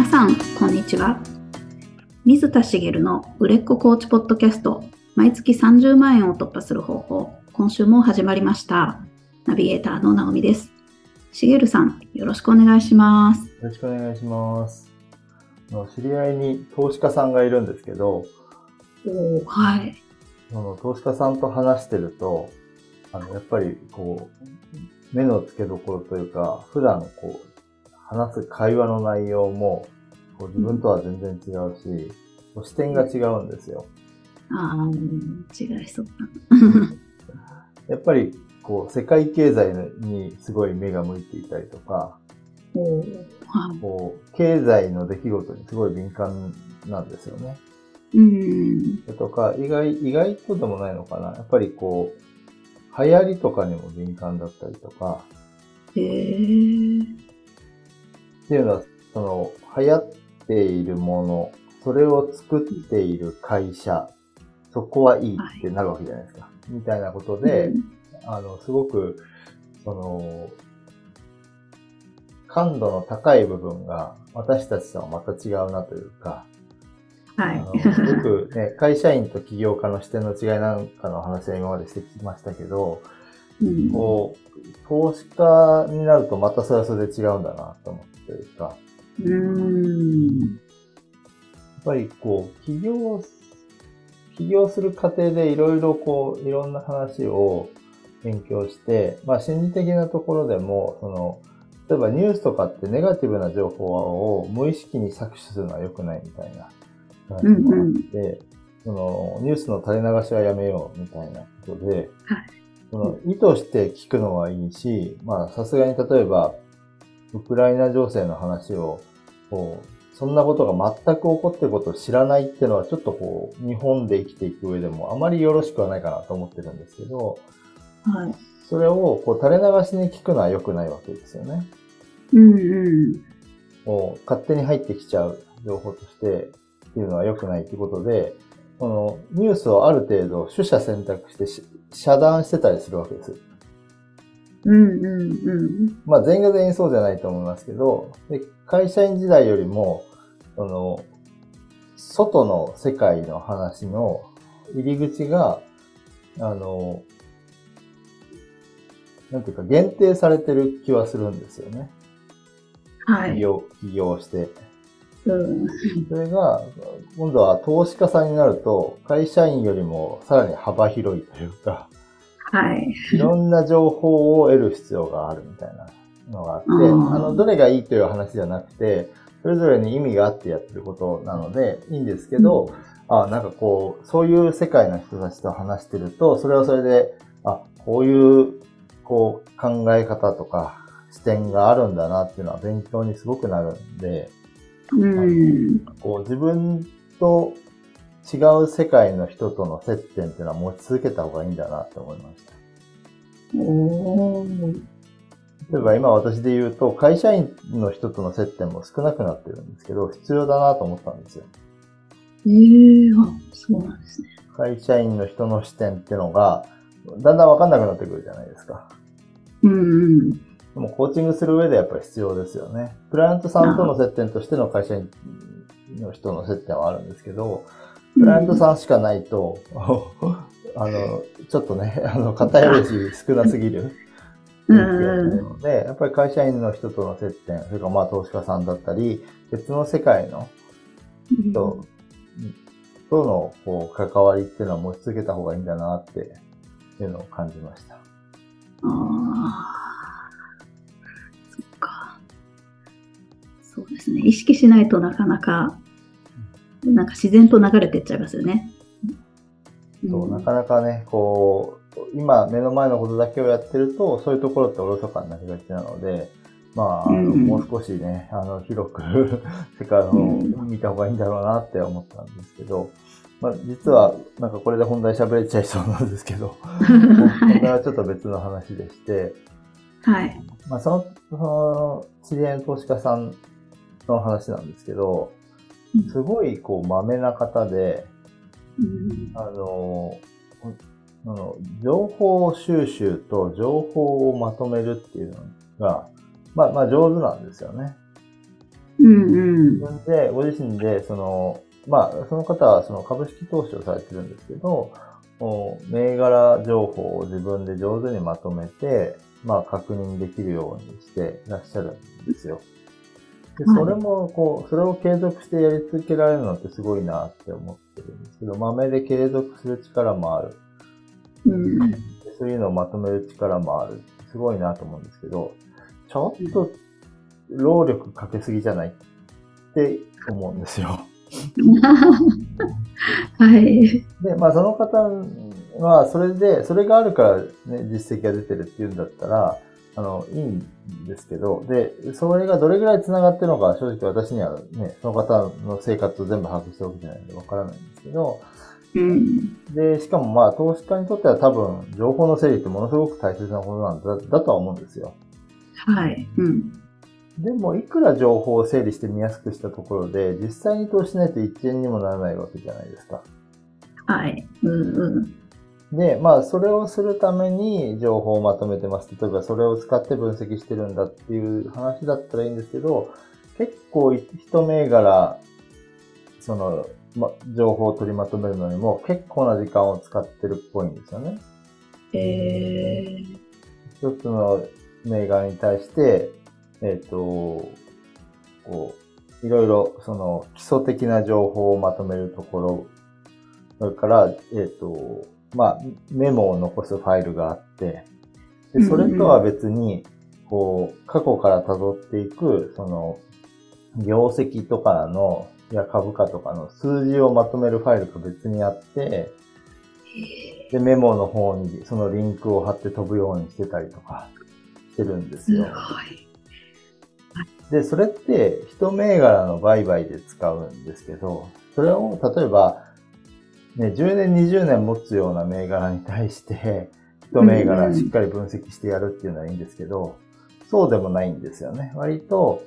皆さんこんにちは。水田茂の売れっ子コーチポッドキャスト、毎月30万円を突破する方法、今週も始まりました。ナビゲーターの直美です。茂さん、よろしくお願いします。 よろしくお願いします。知り合いに投資家さんがいるんですけど、 はい。 投資家さんと話してると、やっぱり目の付けどころというか、普段話す会話の内容も自分とは全然違うし、視点が違うんですよ。 違いそうだ。 やっぱり世界経済にすごい目が向いていたりとか、経済の出来事にすごい敏感なんですよね。とか、意外とでもないのかな。やっぱり流行りとかにも敏感だったりとか。っていうのは、流行っているもの、それを作っている会社、そこはいいってなるわけじゃないですか。みたいなことで、すごく、感度の高い部分が私たちとはまた違うなというか、よくね、会社員と起業家の視点の違いなんかの話は今までしてきましたけど、投資家になるとまたそれはそれで違うんだなと思ってというか、やっぱり起業する過程でいろいろいろんな話を勉強して、心理的なところでも、例えばニュースとかってネガティブな情報を無意識に搾取するのは良くないみたいな話もあって、ニュースの垂れ流しはやめようみたいなことで、意図して聞くのはいいし、さすがに例えば、ウクライナ情勢の話を、そんなことが全く起こっていることを知らないっていうのはちょっと日本で生きていく上でもあまりよろしくはないかなと思ってるんですけど、それを垂れ流しに聞くのは良くないわけですよね。勝手に入ってきちゃう情報としてっていうのは良くないってことで、ニュースをある程度取捨選択して遮断してたりするわけです。全員が全員そうじゃないと思いますけど、会社員時代よりも、外の世界の話の入り口が、なんていうか限定されてる気はするんですよね。起業して。それが、今度は投資家さんになると、会社員よりもさらに幅広いというか、いろんな情報を得る必要があるみたいなのがあって、どれがいいという話じゃなくて、それぞれに意味があってやってることなのでいいんですけど、そういう世界の人たちと話してると、それはそれで、こういう考え方とか視点があるんだなっていうのは勉強にすごくなるんで、自分と違う世界の人との接点っていうのは持ち続けた方がいいんだなって思いました。例えば今私で言うと会社員の人との接点も少なくなってるんですけど、必要だなと思ったんですよ。 そうなんですね。 会社員の人の視点っていうのがだんだん分かんなくなってくるじゃないですか。でもコーチングする上でやっぱり必要ですよね。クライアントさんとの接点としての会社員の人の接点はあるんですけど、クライアントさんしかないと、ちょっとね、偏るし少なすぎる。ので、やっぱり会社員の人との接点、それから投資家さんだったり、別の世界の人との関わりっていうのは持ち続けた方がいいんだなっていうのを感じました。 そっか。そうですね。意識しないとなかなか自然と流れていっちゃいますよね。 なかなかね、今目の前のことだけをやってると、そういうところっておろそかになりがちなので、もう少しね、広く世界を見た方がいいんだろうなって思ったんですけど、実はこれで本題喋れちゃいそうなんですけど、本題はちょっと別の話でして、その知り合いの投資家さんの話なんですけど、すごいまめな方で、情報収集と情報をまとめるっていうのが、上手なんですよね。 うん自分で、ご自身で、その方はその株式投資をされてるんですけど、銘柄情報を自分で上手にまとめて、確認できるようにしていらっしゃるんですよ。で、それもそれを継続してやり続けられるのってすごいなって思ってるんですけど、豆で継続する力もある。でそういうのをまとめる力もある。すごいなと思うんですけど、ちょっと労力かけすぎじゃないって思うんですよ。 はい。 で、その方は、それがあるからね、実績が出てるっていうんだったら、いいんですけど、で、それがどれぐらい繋がってるのか、正直私にはね、その方の生活を全部把握してるわけじゃないんでわからないんですけど、で、しかも投資家にとっては多分、情報の整理ってものすごく大切なことなんだとは思うんですよ。 はい。 でも、いくら情報を整理して見やすくしたところで、実際に投資しないと1円にもならないわけじゃないですか。 はい。 で、それをするために情報をまとめてます。例えば、それを使って分析してるんだっていう話だったらいいんですけど、結構一銘柄、情報を取りまとめるのにも結構な時間を使ってるっぽいんですよね。一つの銘柄に対して、いろいろ基礎的な情報をまとめるところ、それから、メモを残すファイルがあって、で、それとは別に、過去から辿っていく、業績とかや株価とかの数字をまとめるファイルが別にあって、で、メモの方にそのリンクを貼って飛ぶようにしてたりとかしてるんですよ。で、それって一銘柄の売買で使うんですけど、それを例えば、ね、10年、20年持つような銘柄に対して、一銘柄しっかり分析してやるっていうのはいいんですけど、そうでもないんですよね。割と、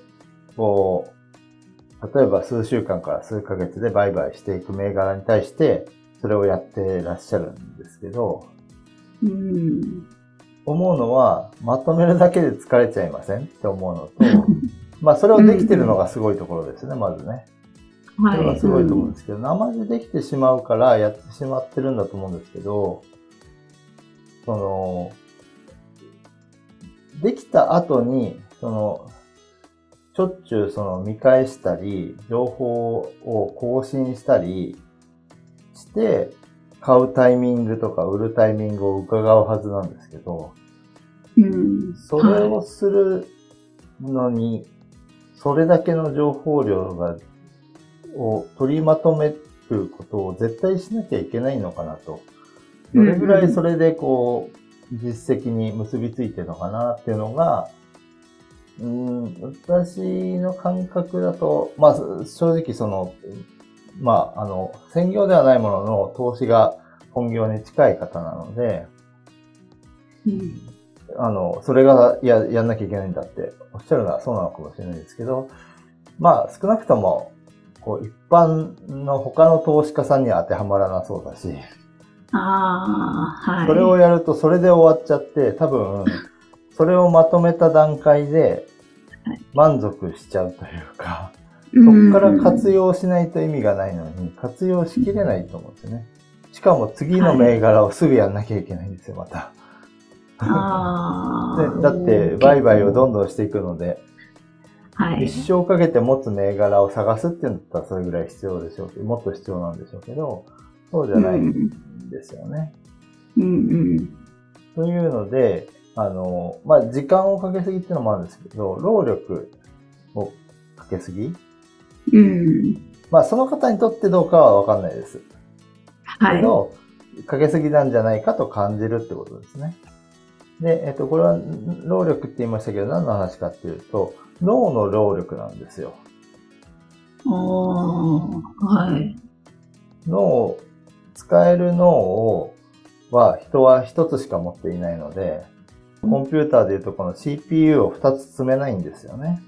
例えば数週間から数ヶ月で売買していく銘柄に対して、それをやってらっしゃるんですけど、思うのは、まとめるだけで疲れちゃいませんって思うのと、それをできてるのがすごいところですね、まずね。それはすごいと思うんですけど、生でできてしまうからやってしまってるんだと思うんですけど、できた後に、しょっちゅう見返したり、情報を更新したりして、買うタイミングとか売るタイミングを伺うはずなんですけど、それをするのに、それだけの情報量を取りまとめることを絶対しなきゃいけないのかなと。どれぐらいそれで実績に結びついてるのかなっていうのが、私の感覚だと、正直専業ではないものの投資が本業に近い方なので、それがやんなきゃいけないんだっておっしゃるのはそうなのかもしれないですけど、少なくとも、一般の他の投資家さんには当てはまらなそうだし、それをやるとそれで終わっちゃって、多分、それをまとめた段階で満足しちゃうというか、そこから活用しないと意味がないのに、活用しきれないと思うんですよね。しかも次の銘柄をすぐやんなきゃいけないんですよ、また。だって、売買をどんどんしていくので、一生かけて持つ銘柄を探すっていうんだったらそれぐらい必要でしょうけど、もっと必要なんでしょうけど、そうじゃないんですよね。というので、時間をかけすぎっていうのもあるんですけど、労力をかけすぎ、その方にとってどうかはわかんないです。けど、かけすぎなんじゃないかと感じるってことですね。で、これは労力って言いましたけど、何の話かっていうと、脳の労力なんですよ。使える脳は人は一つしか持っていないので、コンピューターでいうとこの CPU を2つ積めないんですよね。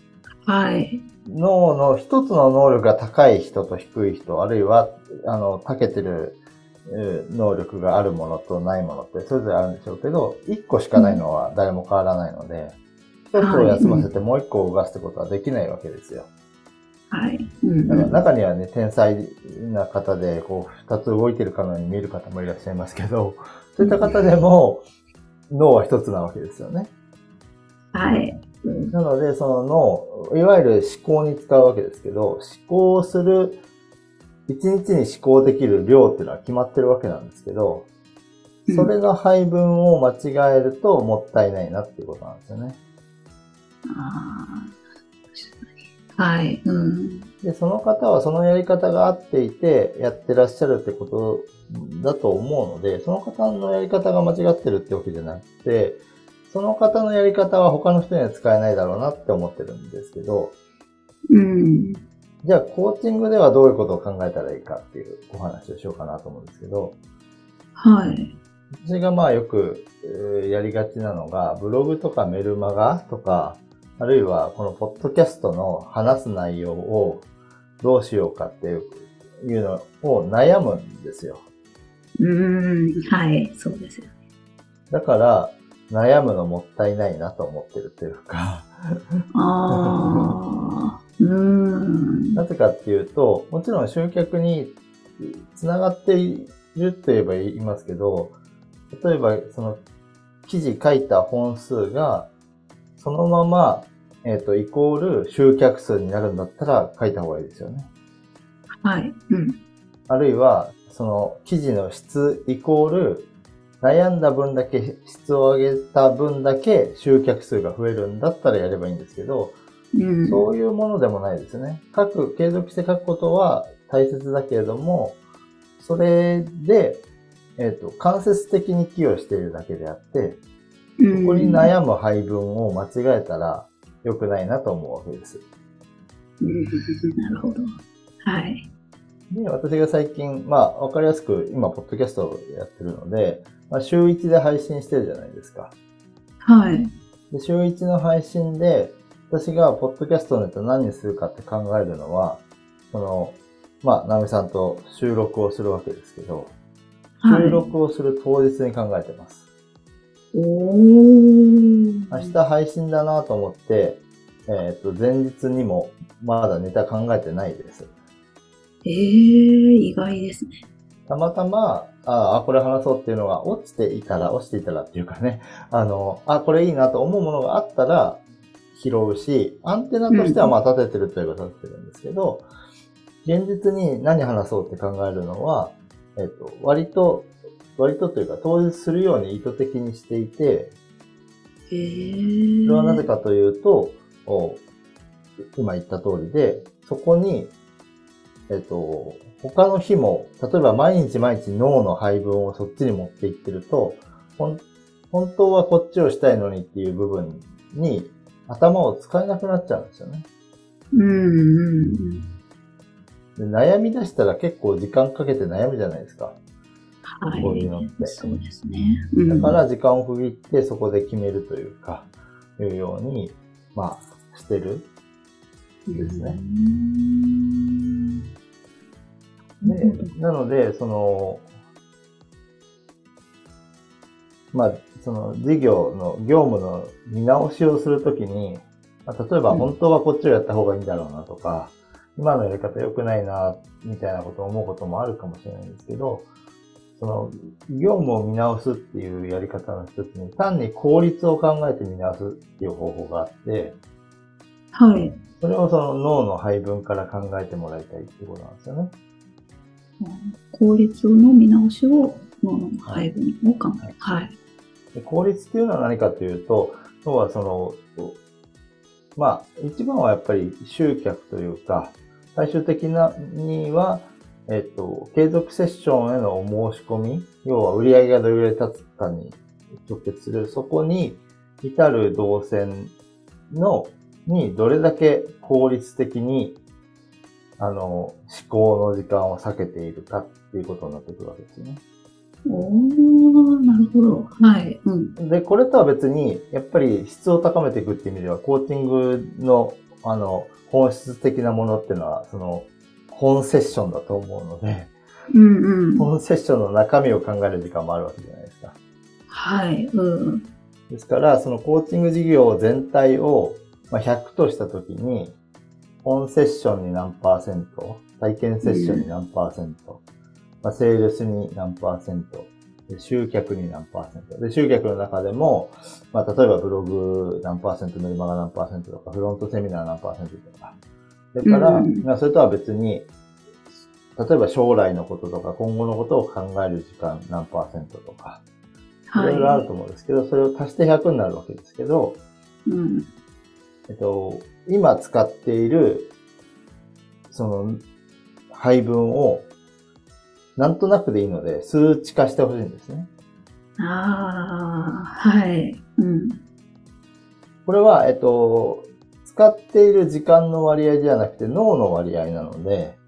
脳の一つの能力が高い人と低い人、あるいは、長けてる能力があるものとないものってそれぞれあるんでしょうけど、1個しかないのは誰も変わらないので、 一つを休ませてもう一個を動かすってことはできないわけですよ。 はい。 だから中にはね、天才な方で、こう、二つ動いてるかのように見える方もいらっしゃいますけど、そういった方でも、脳は一つなわけですよね。 はい。 なので、その脳、いわゆる思考に使うわけですけど、思考する、一日に思考できる量っていうのは決まってるわけなんですけど、それの配分を間違えるともったいないなっていうことなんですよね。 はい。 で、その方はそのやり方が合っていてやってらっしゃるってことだと思うので、その方のやり方が間違ってるってわけじゃなくて、その方のやり方は他の人には使えないだろうなって思ってるんですけど、じゃあコーチングではどういうことを考えたらいいかっていうお話をしようかなと思うんですけど、 はい。 私がよくやりがちなのが、ブログとかメルマガとか、あるいはこのポッドキャストの話す内容をどうしようかっていうのを悩むんですよ。 はい、そうですよね。 だから悩むのもったいないなと思ってるというかなぜかっていうと、もちろん集客につながっていると言えば言いますけど、例えばその記事書いた本数がそのまま、イコール集客数になるんだったら書いた方がいいですよね。 はい。 あるいは、その記事の質イコール、悩んだ分だけ、質を上げた分だけ集客数が増えるんだったらやればいいんですけど、そういうものでもないですね。継続して書くことは大切だけれども、それで、間接的に寄与しているだけであって、そこに悩む配分を間違えたら良くないなと思うわけです。 なるほど。はい。 で、私が最近、わかりやすく今、ポッドキャストをやってるので、週1で配信してるじゃないですか。 はい。 で、週1の配信で、私がポッドキャストのネタ何にするかって考えるのは、ナミさんと収録をするわけですけど、収録をする当日に考えてます。明日配信だなと思って、前日にもまだネタ考えてないです。 意外ですね。 たまたま、これ話そうっていうのが落ちていたらっていうかね、これいいなと思うものがあったら拾うし、アンテナとしては立ててるといえば立ててるんですけど、現実に何話そうって考えるのは、割とというか当日するように意図的にしていて、それはなぜかというと、今言った通りで、そこに、他の日も、例えば毎日脳の配分をそっちに持っていってると、本当はこっちをしたいのにっていう部分に頭を使えなくなっちゃうんですよね。で悩み出したら結構時間かけて悩むじゃないですか。 はい。 こういうのって。 そうですね。 だから時間を区切ってそこで決めるというか、いうように、してるんですね。なので、事業の業務の見直しをするときに、例えば本当はこっちをやった方がいいんだろうなとか、今のやり方良くないな、みたいなことを思うこともあるかもしれないんですけど、業務を見直すっていうやり方の一つに、単に効率を考えて見直すっていう方法があって、 はい。 それを脳の配分から考えてもらいたいっていうことなんですよね。 効率の見直しを脳の配分を考える。はい。 で効率っていうのは何かというと、要は一番はやっぱり集客というか、最終的には、継続セッションへのお申し込み、要は売り上げがどれぐらい立つかに直結する、そこに至る動線にどれだけ効率的に、思考の時間を避けているかっていうことになってくるわけですよね。 なるほど。はい。 で、これとは別に、やっぱり質を高めていくっていう意味では、コーチングの、本質的なものっていうのは、本セッションだと思うので、本セッションの中身を考える時間もあるわけじゃないですか。 はい。 ですから、そのコーチング事業全体を100としたときに、本セッションに何%、体験セッションに何%、セールスに何%、で集客に何%。で、集客の中でも、例えばブログ何%、メルマガ何%とか、フロントセミナー何%とか。だから、それとは別に、例えば将来のこととか、今後のことを考える時間何%とか、いろいろあると思うんですけど、それを足して100になるわけですけど、今使っている、その、配分を、なんとなくでいいので、数値化してほしいんですね。 はい。 これは、使っている時間の割合じゃなくて脳の割合なので、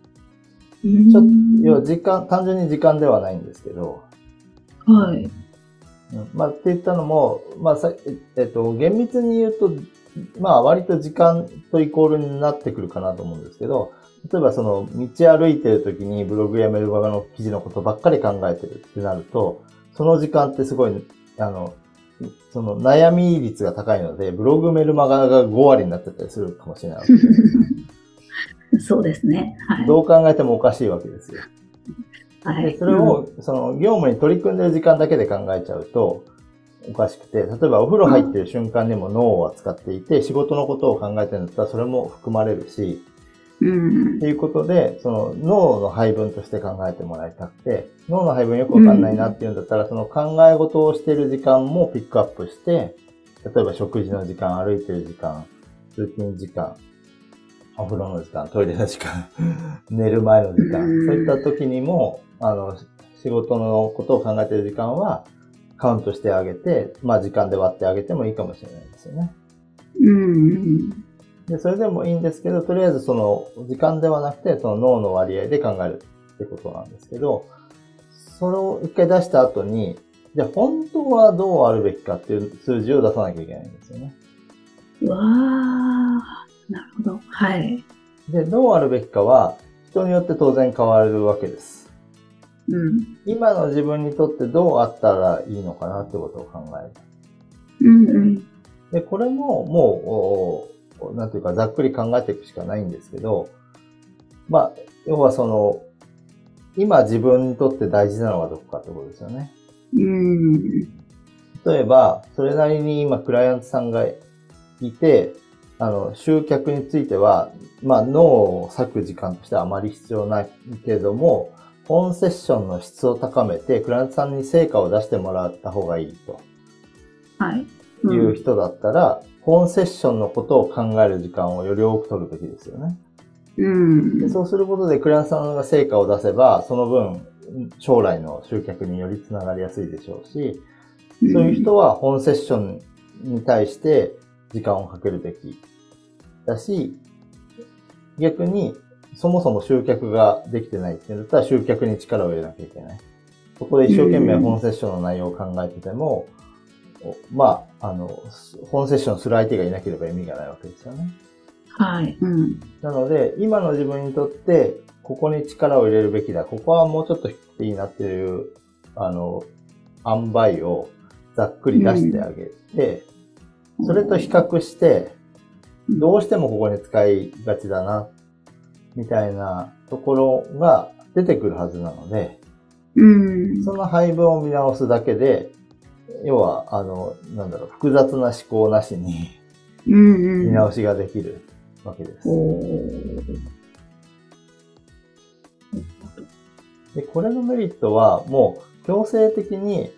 要は単純に時間ではないんですけど、 はい。 って言ったのも、厳密に言うと、割と時間とイコールになってくるかなと思うんですけど、例えばその道歩いてる時にブログやメルマガの記事のことばっかり考えてるってなると、その時間ってすごい、その悩み率が高いので、ブログメルマガが5割になってたりするかもしれないわけです。 そうですね。はい。 どう考えてもおかしいわけですよ。 はい。 でそれを、その業務に取り組んでる時間だけで考えちゃうと、おかしくて、例えばお風呂入ってる瞬間にも脳を使っていて、仕事のことを考えてるんだったらそれも含まれるし、っていうことで、その脳の配分として考えてもらいたくて、脳の配分よくわかんないなっていうんだったら、その考え事をしている時間もピックアップして、例えば食事の時間、歩いてる時間、通勤時間、お風呂の時間、トイレの時間、寝る前の時間、そういった時にも、仕事のことを考えている時間はカウントしてあげて、時間で割ってあげてもいいかもしれないですよね。で、それでもいいんですけど、とりあえずその時間ではなくて、その脳の割合で考えるってことなんですけど、それを一回出した後に、じゃあ本当はどうあるべきかっていう数字を出さなきゃいけないんですよね。 なるほど。はい。 で、どうあるべきかは、人によって当然変わるわけです。今の自分にとってどうあったらいいのかなってことを考える。で、これももう、なんていうかざっくり考えていくしかないんですけど、要はその、今自分にとって大事なのはどこかってことですよね。例えば、それなりに今クライアントさんがいて、集客については、脳を割く時間としてはあまり必要ないけれども、本セッションの質を高めて、クライアントさんに成果を出してもらった方がいいと。いう人だったら、本セッションのことを考える時間をより多く取るべきですよね。でそうすることでクライアントさんが成果を出せば、その分、将来の集客によりつながりやすいでしょうし、そういう人は本セッションに対して時間をかけるべきだし、逆にそもそも集客ができてないっていうんだったら集客に力を入れなきゃいけない。そこで一生懸命本セッションの内容を考えてても、本セッションする相手がいなければ意味がないわけですよね。なので、今の自分にとって、ここに力を入れるべきだ。ここはもうちょっと低くていいなっていう、塩梅をざっくり出してあげて、それと比較して、どうしてもここに使いがちだな、みたいなところが出てくるはずなので、その配分を見直すだけで、要は、複雑な思考なしに、見直しができるわけです。で、これのメリットは、もう強制的に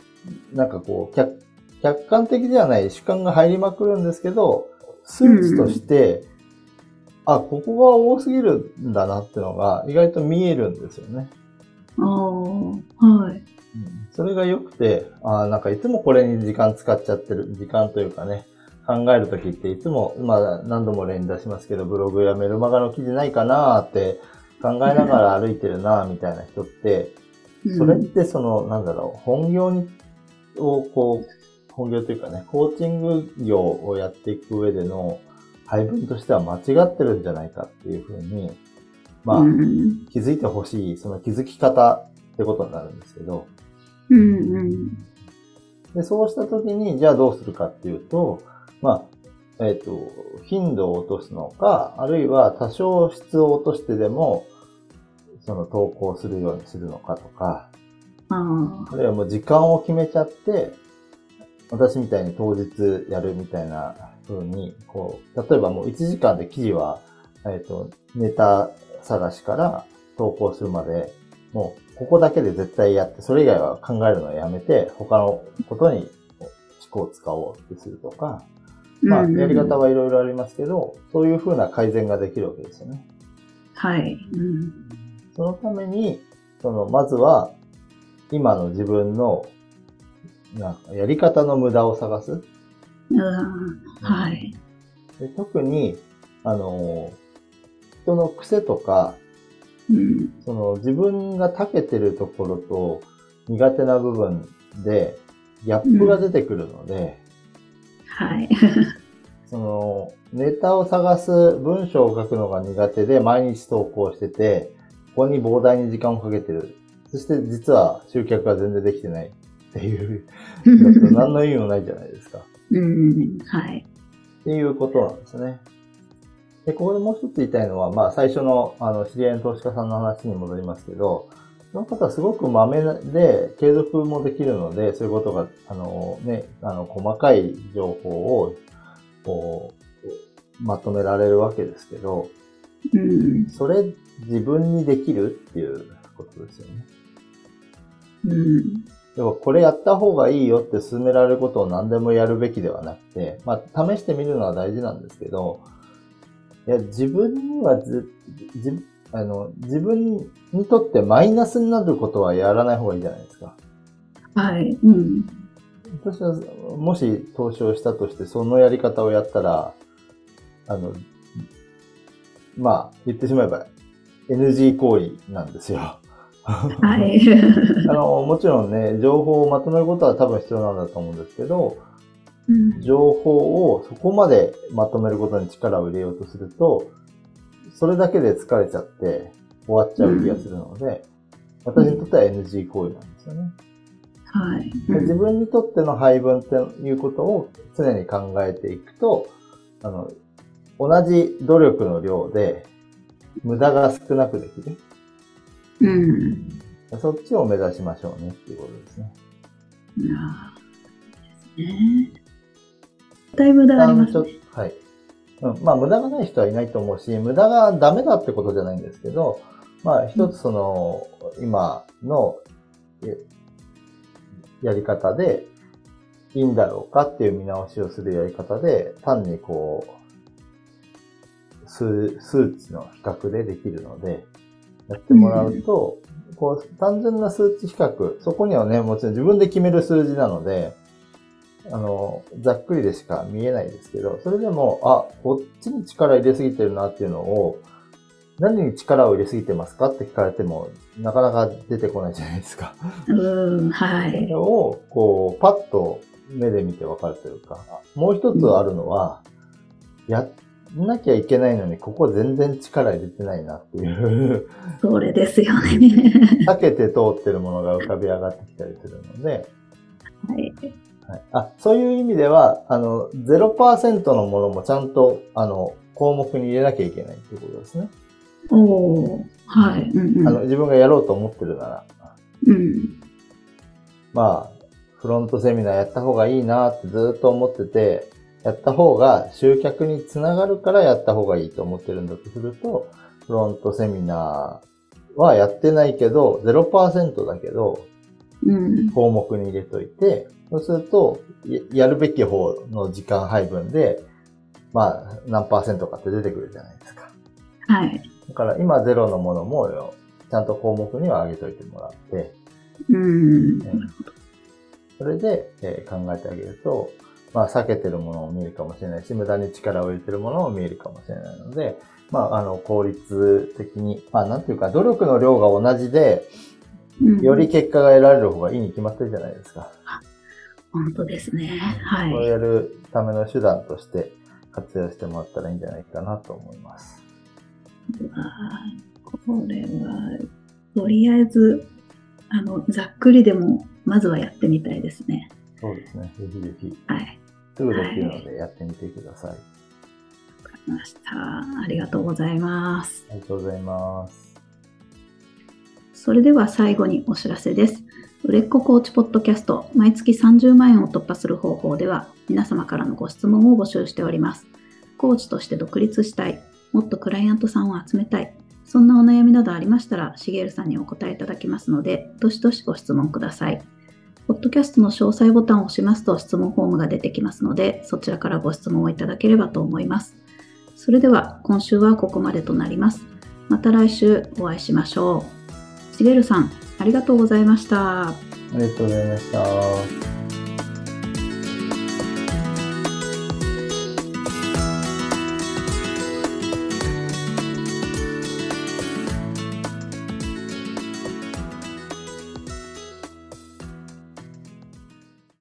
客観的ではない主観が入りまくるんですけど、数値として、ここが多すぎるんだなってのが意外と見えるんですよね。それが良くて、いつもこれに時間使っちゃってる、時間というかね、考えるときっていつも、何度も例に出しますけど、ブログやメルマガの記事ないかなーって考えながら歩いてるなーみたいな人って、それって本業というかね、コーチング業をやっていく上での配分としては間違ってるんじゃないかっていうふうに、気づいてほしい、その気づき方ってことになるんですけど、 で、そうしたときに、じゃあどうするかっていうと、頻度を落とすのか、あるいは多少質を落としてでも、その投稿するようにするのかとか、あるいはもう時間を決めちゃって、私みたいに当日やるみたいな風に、例えばもう1時間で記事は、ネタ探しから投稿するまで、もうここだけで絶対やって、それ以外は考えるのをやめて、他のことに思考を使おうってするとか、やり方はいろいろありますけど、そういう風な改善ができるわけですよね。 はい。 そのために、まずは、今の自分の、やり方の無駄を探す。 はい。 で特に、人の癖とか、自分が長けてるところと苦手な部分で、ギャップが出てくるので、 はい。 ネタを探す、文章を書くのが苦手で毎日投稿してて、ここに膨大に時間をかけてる。そして実は集客が全然できてないっていう、何の意味もないじゃないですか。 はい。 っていうことなんですね。で、ここでもう一つ言いたいのは、最初の、知り合いの投資家さんの話に戻りますけど、その方はすごくまめで、継続もできるので、そういうことが、細かい情報を、まとめられるわけですけど、それ自分にできるっていうことですよね。でもこれやった方がいいよって勧められることを何でもやるべきではなくて、試してみるのは大事なんですけど、自分には自分にとってマイナスになることはやらない方がいいじゃないですか。 はい。 私は、もし投資をしたとして、そのやり方をやったら、言ってしまえば NG 行為なんですよ。 はい。 もちろんね、情報をまとめることは多分必要なんだと思うんですけど、情報をそこまでまとめることに力を入れようとすると、それだけで疲れちゃって終わっちゃう気がするので、私にとっては NG 行為なんですよね。 はい。 自分にとっての配分っていうことを常に考えていくと、同じ努力の量で無駄が少なくできる。そっちを目指しましょうねっていうことですね。 ですね。だいぶ無駄がありますね。 はい。無駄がない人はいないと思うし、無駄がダメだってことじゃないんですけど、一つ今のやり方でいいんだろうかっていう見直しをするやり方で、単に数値の比較でできるので、やってもらうと、単純な数値比較、そこにはね、もちろん自分で決める数字なので、ざっくりでしか見えないですけど、それでも、こっちに力入れすぎてるなっていうのを、何に力を入れすぎてますかって聞かれても、なかなか出てこないじゃないですか。 はい。 それを、パッと目で見てわかるというか、もう一つあるのは、やんなきゃいけないのに、ここ全然力入れてないなっていう。 それですよね。 避けて通ってるものが浮かび上がってきたりするので、そういう意味では、0% のものもちゃんと、項目に入れなきゃいけないっていうことですね。 はい。 自分がやろうと思ってるなら。フロントセミナーやった方がいいなってずっと思ってて、やった方が集客につながるからやった方がいいと思ってるんだとすると、フロントセミナーはやってないけど、0% だけど、項目に入れといて、そうすると、やるべき方の時間配分で、何%かって出てくるじゃないですか。 はい。 だから今ゼロのものも、ちゃんと項目には上げといてもらって、それで、考えてあげると、避けてるものも見えるかもしれないし、無駄に力を入れてるものも見えるかもしれないので、効率的に、なんていうか、努力の量が同じで、より結果が得られる方がいいに決まってるじゃないですか。 本当ですね。はい。 これをやるための手段として活用してもらったらいいんじゃないかなと思います。 これは、とりあえず、ざっくりでも、まずはやってみたいですね。 そうですね。ぜひぜひ。 はい。 すぐできるのでやってみてください。 わかりました。ありがとうございます。 ありがとうございます。 それでは最後にお知らせです。売れっ子コーチポッドキャスト、毎月30万円を突破する方法では、皆様からのご質問を募集しております。コーチとして独立したい、もっとクライアントさんを集めたい、そんなお悩みなどありましたら、しげるさんにお答えいただきますので、どしどしご質問ください。ポッドキャストの詳細ボタンを押しますと質問フォームが出てきますので、そちらからご質問をいただければと思います。それでは今週はここまでとなります。また来週お会いしましょう。しげるさん、ありがとうございました。 ありがとうございました。